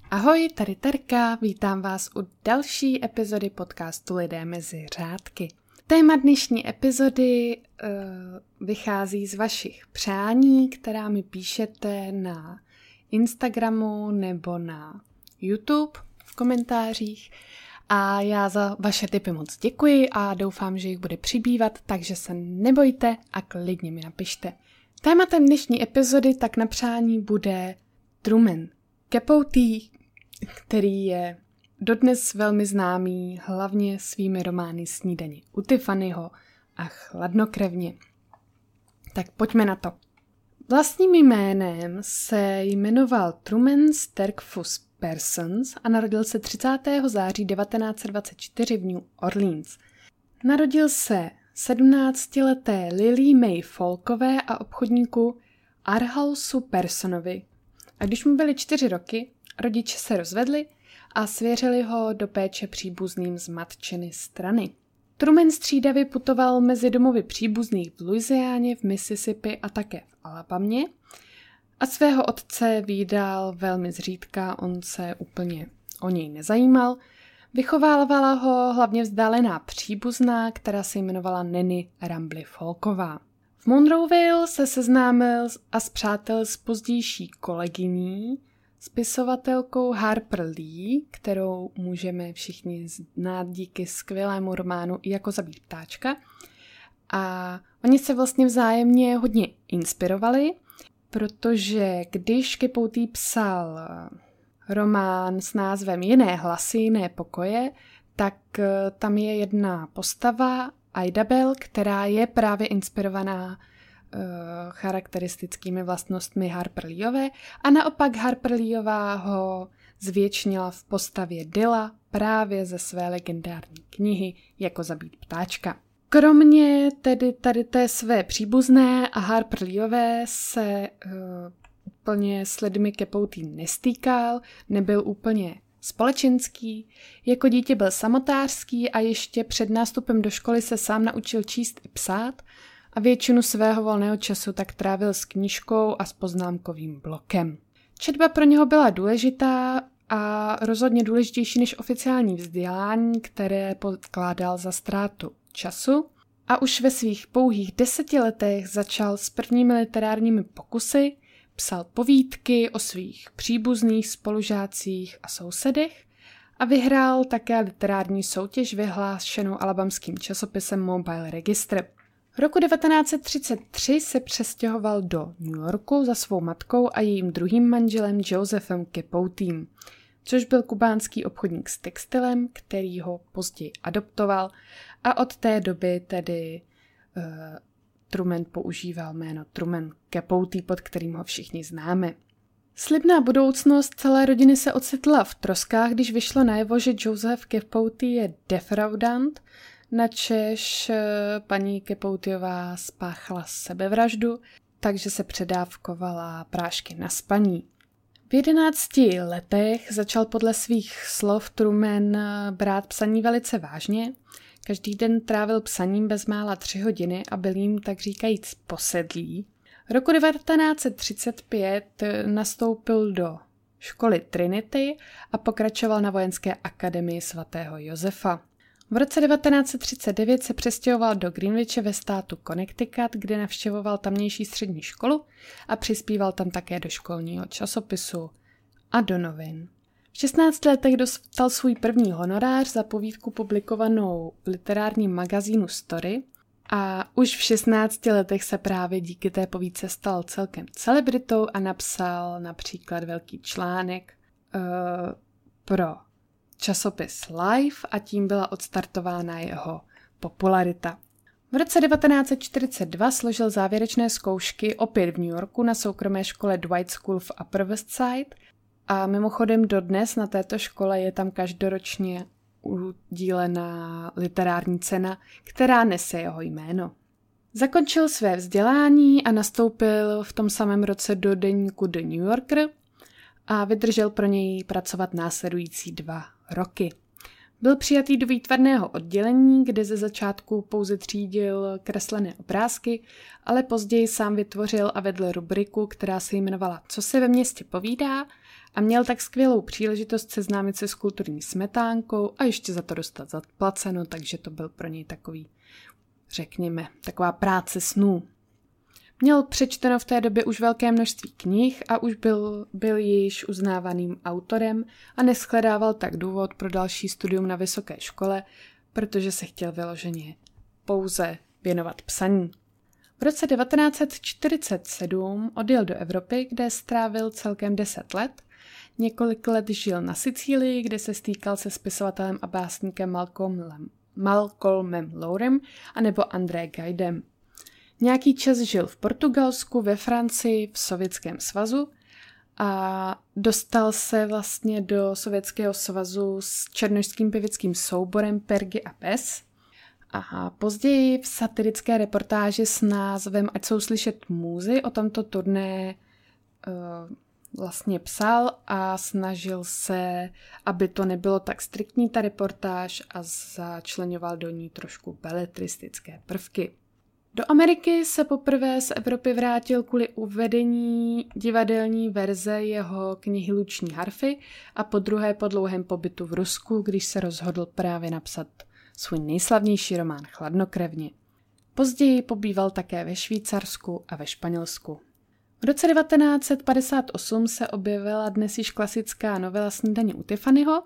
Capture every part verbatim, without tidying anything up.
Ahoj, tady Terka, vítám vás u další epizody podcastu Lidé mezi řádky. Téma dnešní epizody uh, vychází z vašich přání, která mi píšete na Instagramu nebo na YouTube v komentářích. A já za vaše tipy moc děkuji a doufám, že jich bude přibývat, takže se nebojte a klidně mi napište. Tématem dnešní epizody tak na přání bude Truman Capote, který je dodnes velmi známý hlavně svými romány Snídaně u Tiffanyho a Chladnokrevně. Tak pojďme na to. Vlastním jménem se jmenoval Truman Sterkfus Parsons a narodil se třicátého září devatenáct set dvacet čtyři v New Orleans. Narodil se sedmnáctileté Lily May Folkové a obchodníku Arhalsu Personovi. A když mu byly čtyři roky, rodiče se rozvedli a svěřili ho do péče příbuzným z matčiny strany. Truman střídavě putoval mezi domovy příbuzných v Louisianě, v Mississippi a také v Alabamě a svého otce vídal velmi zřídka, on se úplně o něj nezajímal. Vychovávala ho hlavně vzdálená příbuzná, která se jmenovala Nanny Rambly Folková. V Monroeville se seznámil a spřátel s pozdější kolegyní, spisovatelkou Harper Lee, kterou můžeme všichni znát díky skvělému románu Jako zabít ptáčka. A oni se vlastně vzájemně hodně inspirovali, protože když Capote psal román s názvem Jiné hlasy, jiné pokoje, tak tam je jedna postava, Idabel, která je právě inspirovaná uh, charakteristickými vlastnostmi Harper Leeové a naopak Harper Leeová ho zvětšnila v postavě Dilla právě ze své legendární knihy Jako zabít ptáčka. Kromě tedy tady té své příbuzné a Harper Leeové se uh, úplně s lidmi Capote nestýkal, nebyl úplně společenský, jako dítě byl samotářský a ještě před nástupem do školy se sám naučil číst i psát a většinu svého volného času tak trávil s knížkou a s poznámkovým blokem. Četba pro něho byla důležitá a rozhodně důležitější než oficiální vzdělání, které pokládal za ztrátu času a už ve svých pouhých deseti letech začal s prvními literárními pokusy. Psal povídky o svých příbuzných spolužácích a sousedech a vyhrál také literární soutěž vyhlášenou alabamským časopisem Mobile Register. Roku devatenáct set třicet tři se přestěhoval do New Yorku za svou matkou a jejím druhým manželem Josephem Capotem, což byl kubánský obchodník s textilem, který ho později adoptoval a od té doby tedy uh, Truman používal jméno Truman Capote, pod kterým ho všichni známe. Slibná budoucnost celé rodiny se ocitla v troskách, když vyšlo najevo, že Joseph Capote je defraudant, načež paní Capoteová spáchala sebevraždu, takže se předávkovala prášky na spaní. V jedenácti letech začal podle svých slov Truman brát psaní velice vážně. Každý den trávil psaním bezmála tři hodiny a byl jim tak říkajíc posedlý. Roku devatenáct set třicet pět nastoupil do školy Trinity a pokračoval na vojenské akademii svatého Josefa. V roce devatenáct set třicet devět se přestěhoval do Greenwiche ve státu Connecticut, kde navštěvoval tamnější střední školu a přispíval tam také do školního časopisu a do novin. V šestnácti letech dostal svůj první honorář za povídku publikovanou v literárním magazínu Story a už v šestnácti letech se právě díky té povídce stal celkem celebritou a napsal například velký článek uh, pro časopis Life a tím byla odstartována jeho popularita. V roce devatenáct set čtyřicet dva složil závěrečné zkoušky opět v New Yorku na soukromé škole Dwight School v Upper West Side a mimochodem dodnes na této škole je tam každoročně udílená literární cena, která nese jeho jméno. Zakončil své vzdělání a nastoupil v tom samém roce do deníku The New Yorker a vydržel pro něj pracovat následující dva roky. Byl přijatý do výtvarného oddělení, kde ze začátku pouze třídil kreslené obrázky, ale později sám vytvořil a vedl rubriku, která se jmenovala Co se ve městě povídá a měl tak skvělou příležitost seznámit se s kulturní smetánkou a ještě za to dostat zaplaceno, takže to byl pro něj takový, řekněme, taková práce snů. Měl přečteno v té době už velké množství knih a už byl, byl již uznávaným autorem a neshledával tak důvod pro další studium na vysoké škole, protože se chtěl vyloženě pouze věnovat psaní. V roce devatenáct set čtyřicet sedm odjel do Evropy, kde strávil celkem deset let. Několik let žil na Sicílii, kde se stýkal se spisovatelem a básníkem Malcolmem, Malcolmem Lowrem anebo André Gidem. Nějaký čas žil v Portugalsku, ve Francii, v Sovětském svazu a dostal se vlastně do Sovětského svazu s černošským pěveckým souborem Pergy a Pes. A později v satirické reportáži s názvem Ať jsou slyšet můzy o tomto turné uh, vlastně psal a snažil se, aby to nebylo tak striktní ta reportáž a začleňoval do ní trošku beletristické prvky. Do Ameriky se poprvé z Evropy vrátil kvůli uvedení divadelní verze jeho knihy Luční harfy a podruhé po dlouhém pobytu v Rusku, když se rozhodl právě napsat svůj nejslavnější román Chladnokrevně. Později pobýval také ve Švýcarsku a ve Španělsku. V roce devatenáct set padesát osm se objevila dnes již klasická novela Snídaně u Tiffanyho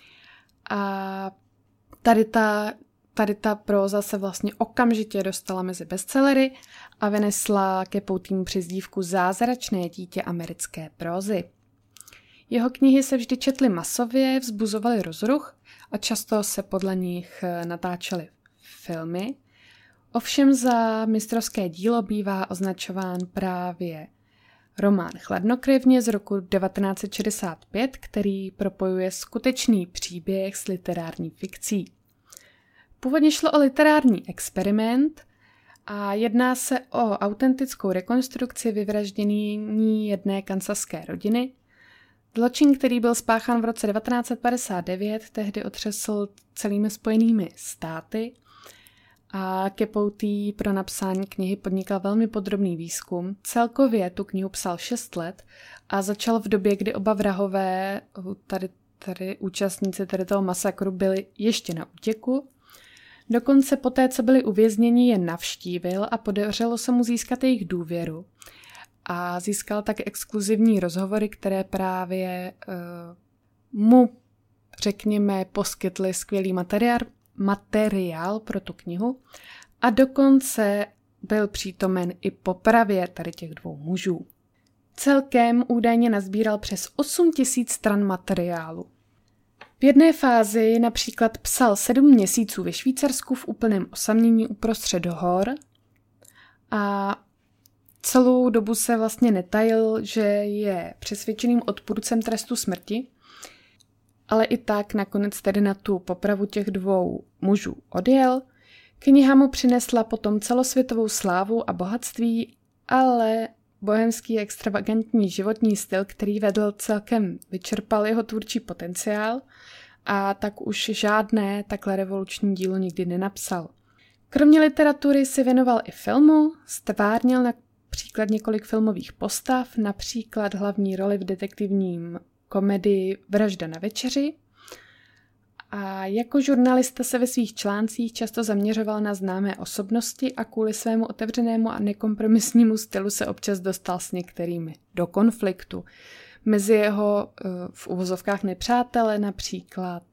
a tady ta, tady ta próza se vlastně okamžitě dostala mezi bestsellery a vynesla ke poutím přezdívku Zázračné dítě americké prózy. Jeho knihy se vždy četly masově, vzbuzovaly rozruch a často se podle nich natáčely filmy. Ovšem za mistrovské dílo bývá označován právě román Chladnokrevně z roku devatenáct set šedesát pět, který propojuje skutečný příběh s literární fikcí. Původně šlo o literární experiment a jedná se o autentickou rekonstrukci vyvraždění jedné kansaské rodiny. Zločin, který byl spáchán v roce devatenáct set padesát devět, tehdy otřesl celými Spojenými státy a Capote pro napsání knihy podnikal velmi podrobný výzkum. Celkově tu knihu psal šest let a začal v době, kdy oba vrahové, tady, tady účastníci tady toho masakru, byli ještě na útěku. Dokonce poté, co byli uvězněni, je navštívil a podařilo se mu získat jejich důvěru. A získal tak exkluzivní rozhovory, které právě uh, mu, řekněme, poskytly skvělý materiál, materiál pro tu knihu a dokonce byl přítomen i popravě tady těch dvou mužů. Celkem údajně nazbíral přes osm tisíc stran materiálu. V jedné fázi například psal sedm měsíců ve Švýcarsku v úplném osamění uprostřed hor a celou dobu se vlastně netajil, že je přesvědčeným odpůrcem trestu smrti, ale i tak nakonec tedy na tu popravu těch dvou mužů odjel. Kniha mu přinesla potom celosvětovou slávu a bohatství, ale bohemský extravagantní životní styl, který vedl, celkem vyčerpal jeho tvůrčí potenciál a tak už žádné takhle revoluční dílo nikdy nenapsal. Kromě literatury si věnoval i filmu, stvárnil například několik filmových postav, například hlavní roli v detektivním komedii Vražda na večeři. A jako žurnalista se ve svých článcích často zaměřoval na známé osobnosti a kvůli svému otevřenému a nekompromisnímu stylu se občas dostal s některými do konfliktu. Mezi jeho v uvozovkách nepřátele například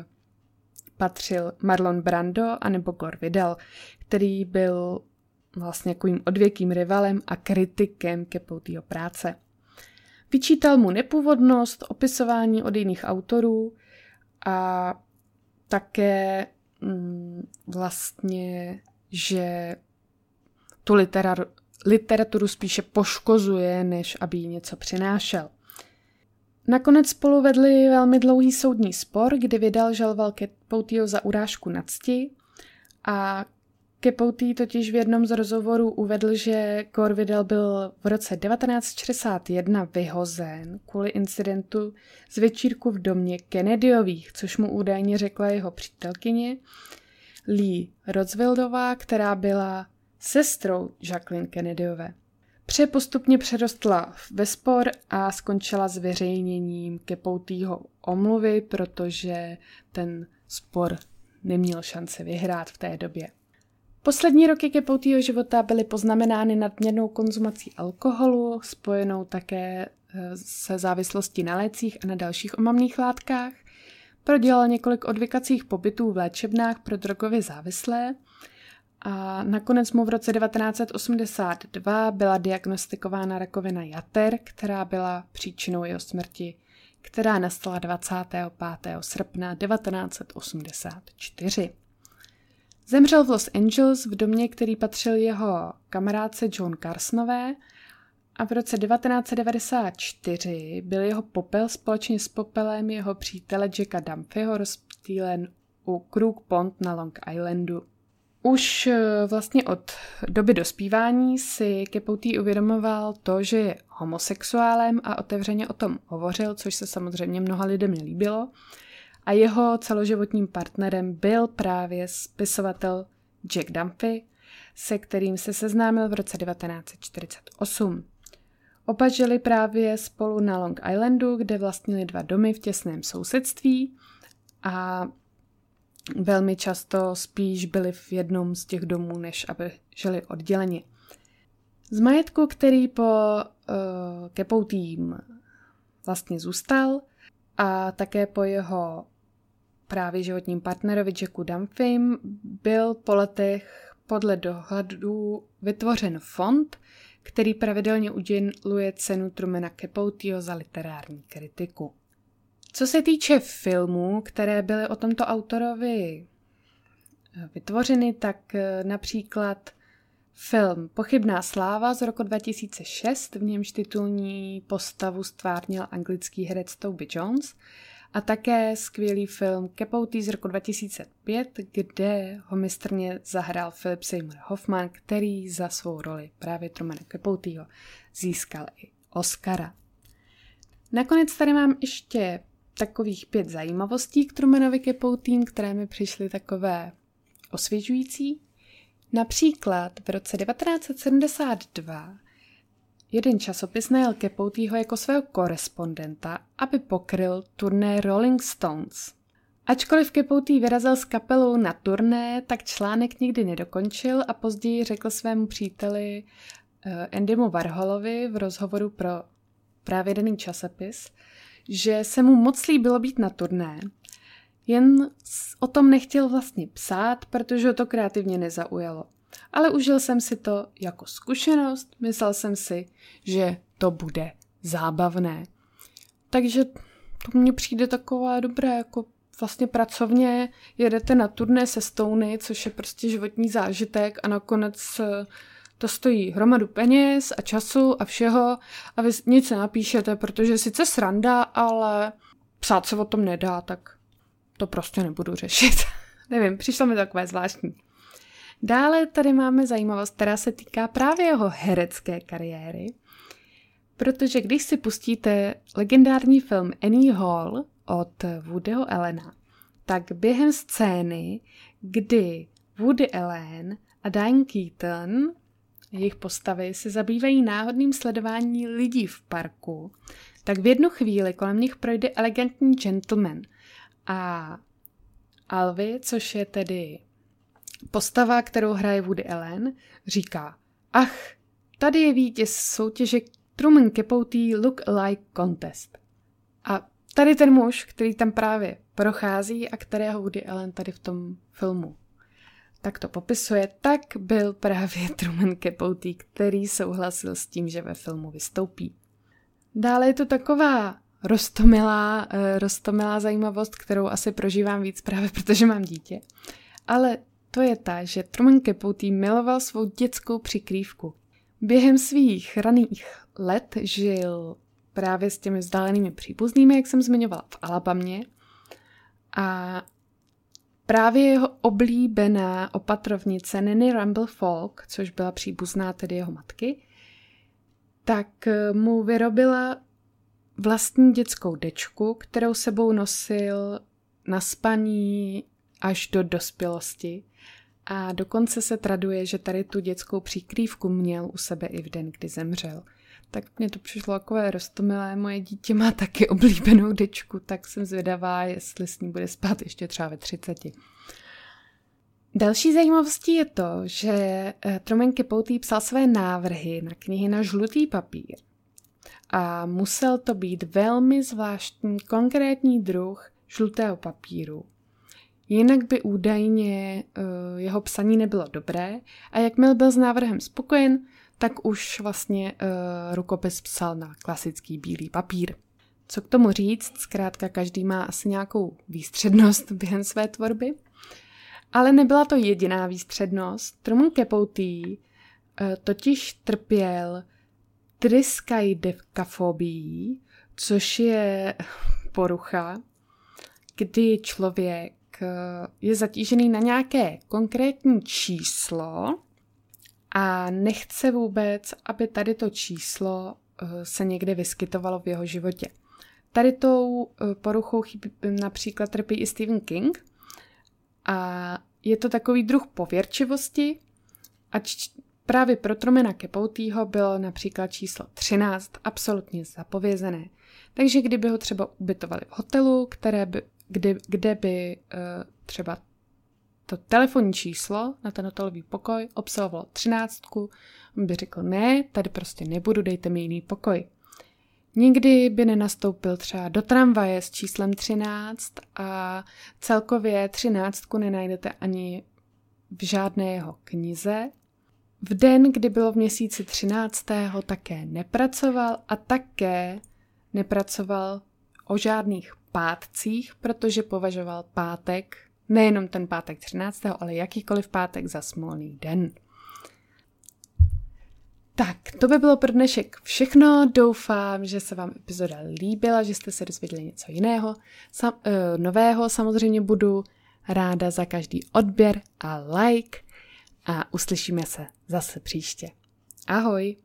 patřil Marlon Brando anebo Gore Vidal, který byl vlastně takovým odvěkým rivalem a kritikem Capoteho práce. Vyčítal mu nepůvodnost, opisování od jiných autorů a také mm, vlastně, že tu literar- literaturu spíše poškozuje, než aby jí něco přinášel. Nakonec spolu vedli velmi dlouhý soudní spor, kdy Vidal žaloval Capoteho za urážku na cti a Capote totiž v jednom z rozhovorů uvedl, že Gore Vidal byl v roce devatenáct set šedesát jedna vyhozen kvůli incidentu z večírku v domě Kennedyových, což mu údajně řekla jeho přítelkyně Lee Rooseveltová, která byla sestrou Jacqueline Kennedyové. Vše postupně přerostla ve spor a skončila zveřejněním Capottiho omluvy, protože ten spor neměl šanci vyhrát v té době. Poslední roky Capottiho života byly poznamenány nadměrnou konzumací alkoholu, spojenou také se závislostí na lécích a na dalších omamných látkách. Prodělal několik odvykacích pobytů v léčebnách pro drogově závislé a nakonec mu v roce devatenáct set osmdesát dva byla diagnostikována rakovina jater, která byla příčinou jeho smrti, která nastala dvacátého pátého srpna devatenáct set osmdesát čtyři. Zemřel v Los Angeles v domě, který patřil jeho kamarádce Joan Carsonové, a v roce devatenáct set devadesát čtyři byl jeho popel společně s popelem jeho přítele Jacka Dunphyho rozptýlen u Crook Pond na Long Islandu. Už vlastně od doby dospívání si Capotti uvědomoval to, že je homosexuálem a otevřeně o tom hovořil, což se samozřejmě mnoha lidem nelíbilo. A jeho celoživotním partnerem byl právě spisovatel Jack Dunphy, se kterým se seznámil v roce devatenáct set čtyřicet osm. Oba žili právě spolu na Long Islandu, kde vlastnili dva domy v těsném sousedství a velmi často spíš byli v jednom z těch domů, než aby žili odděleně. Z majetku, který po uh, Capottim vlastně zůstal a také po jeho právě životním partnerovi Jacku Dunphym, byl po letech podle dohledů vytvořen fond, který pravidelně uděluje cenu Trumana Capottiho za literární kritiku. Co se týče filmů, které byly o tomto autorovi vytvořeny, tak například film Pochybná sláva z roku dva tisíce šest, v němž titulní postavu stvárnil anglický herec Toby Jones, a také skvělý film Capote z roku dva tisíce pět, kde ho mistrně zahrál Philip Seymour Hoffman, který za svou roli právě Trumana Capottiho získal i Oscara. Nakonec tady mám ještě takových pět zajímavostí k Trumanovi Capottim, které mi přišly takové osvěžující. Například v roce devatenáct set sedmdesát dva jeden časopis najal Capottiho jako svého korespondenta, aby pokryl turné Rolling Stones. Ačkoliv Capotti vyrazil s kapelou na turné, tak článek nikdy nedokončil a později řekl svému příteli Andymu Warholovi v rozhovoru pro právě daný časopis, že se mu moc líbilo být na turné, jen o tom nechtěl vlastně psát, protože ho to kreativně nezaujalo. Ale užil jsem si to jako zkušenost, myslel jsem si, že to bude zábavné. Takže to mně přijde takové dobré, jako vlastně pracovně jedete na turné se Stony, což je prostě životní zážitek a nakonec to stojí hromadu peněz a času a všeho a vy nic nenapíšete, protože sice sranda, ale psát se o tom nedá, tak to prostě nebudu řešit. Nevím, přišlo mi takové zvláštní. Dále tady máme zajímavost, která se týká právě jeho herecké kariéry, protože když si pustíte legendární film Annie Hall od Woodyho Allena, tak během scény, kdy Woody Allen a Diane Keaton, jejich postavy, se zabývají náhodným sledováním lidí v parku, tak v jednu chvíli kolem nich projde elegantní gentleman a Alvy, což je tedy postava, kterou hraje Woody Allen, říká: ach, tady je vítěz soutěže Truman Capote Look Alike Contest. A tady ten muž, který tam právě prochází a kterého Woody Allen tady v tom filmu tak to popisuje, tak byl právě Truman Capote, který souhlasil s tím, že ve filmu vystoupí. Dále je to taková roztomilá, roztomilá zajímavost, kterou asi prožívám víc právě protože mám dítě. Ale to je ta, že Truman Capote miloval svou dětskou přikrývku. Během svých raných let žil právě s těmi vzdálenými příbuznými, jak jsem zmiňovala, v Alabamě. A právě jeho oblíbená opatrovnice Nanny Rumble Falk, což byla příbuzná tedy jeho matky, tak mu vyrobila vlastní dětskou dečku, kterou sebou nosil na spaní až do dospělosti. A dokonce se traduje, že tady tu dětskou příkrývku měl u sebe i v den, kdy zemřel. Tak mně to přišlo takové roztomilé, moje dítě má taky oblíbenou dečku, tak jsem zvědavá, jestli s ní bude spát ještě třeba ve třiceti. Další zajímavostí je to, že Truman Capote psal své návrhy na knihy na žlutý papír. A musel to být velmi zvláštní, konkrétní druh žlutého papíru. Jinak by údajně uh, jeho psaní nebylo dobré a jakmile byl s návrhem spokojen, tak už vlastně uh, rukopis psal na klasický bílý papír. Co k tomu říct? Zkrátka každý má asi nějakou výstřednost během své tvorby. Ale nebyla to jediná výstřednost. Truman Capote uh, totiž trpěl triskaidekafobií, což je porucha, kdy člověk je zatížený na nějaké konkrétní číslo a nechce vůbec, aby tady to číslo se někde vyskytovalo v jeho životě. Tady tou poruchou chybí, například trpí i Stephen King a je to takový druh pověrčivosti a č- právě pro Trumana Capoteho bylo například číslo třináct absolutně zapovězené. Takže kdyby ho třeba ubytovali v hotelu, které by Kde, kde by uh, třeba to telefonní číslo na ten hotelový pokoj obsahovalo třináctku, on by řekl ne, tady prostě nebudu, dejte mi jiný pokoj. Nikdy by nenastoupil třeba do tramvaje s číslem třináct a celkově třináctku nenajdete ani v žádné jeho knize. V den, kdy bylo v měsíci třináctého také nepracoval a také nepracoval o žádných pátcích, protože považoval pátek, nejenom ten pátek třináctého ale jakýkoliv pátek za smolný den. Tak, to by bylo pro dnešek všechno. Doufám, že se vám epizoda líbila, že jste se dozvěděli něco jiného, sam, uh, nového. Samozřejmě budu ráda za každý odběr a like a uslyšíme se zase příště. Ahoj!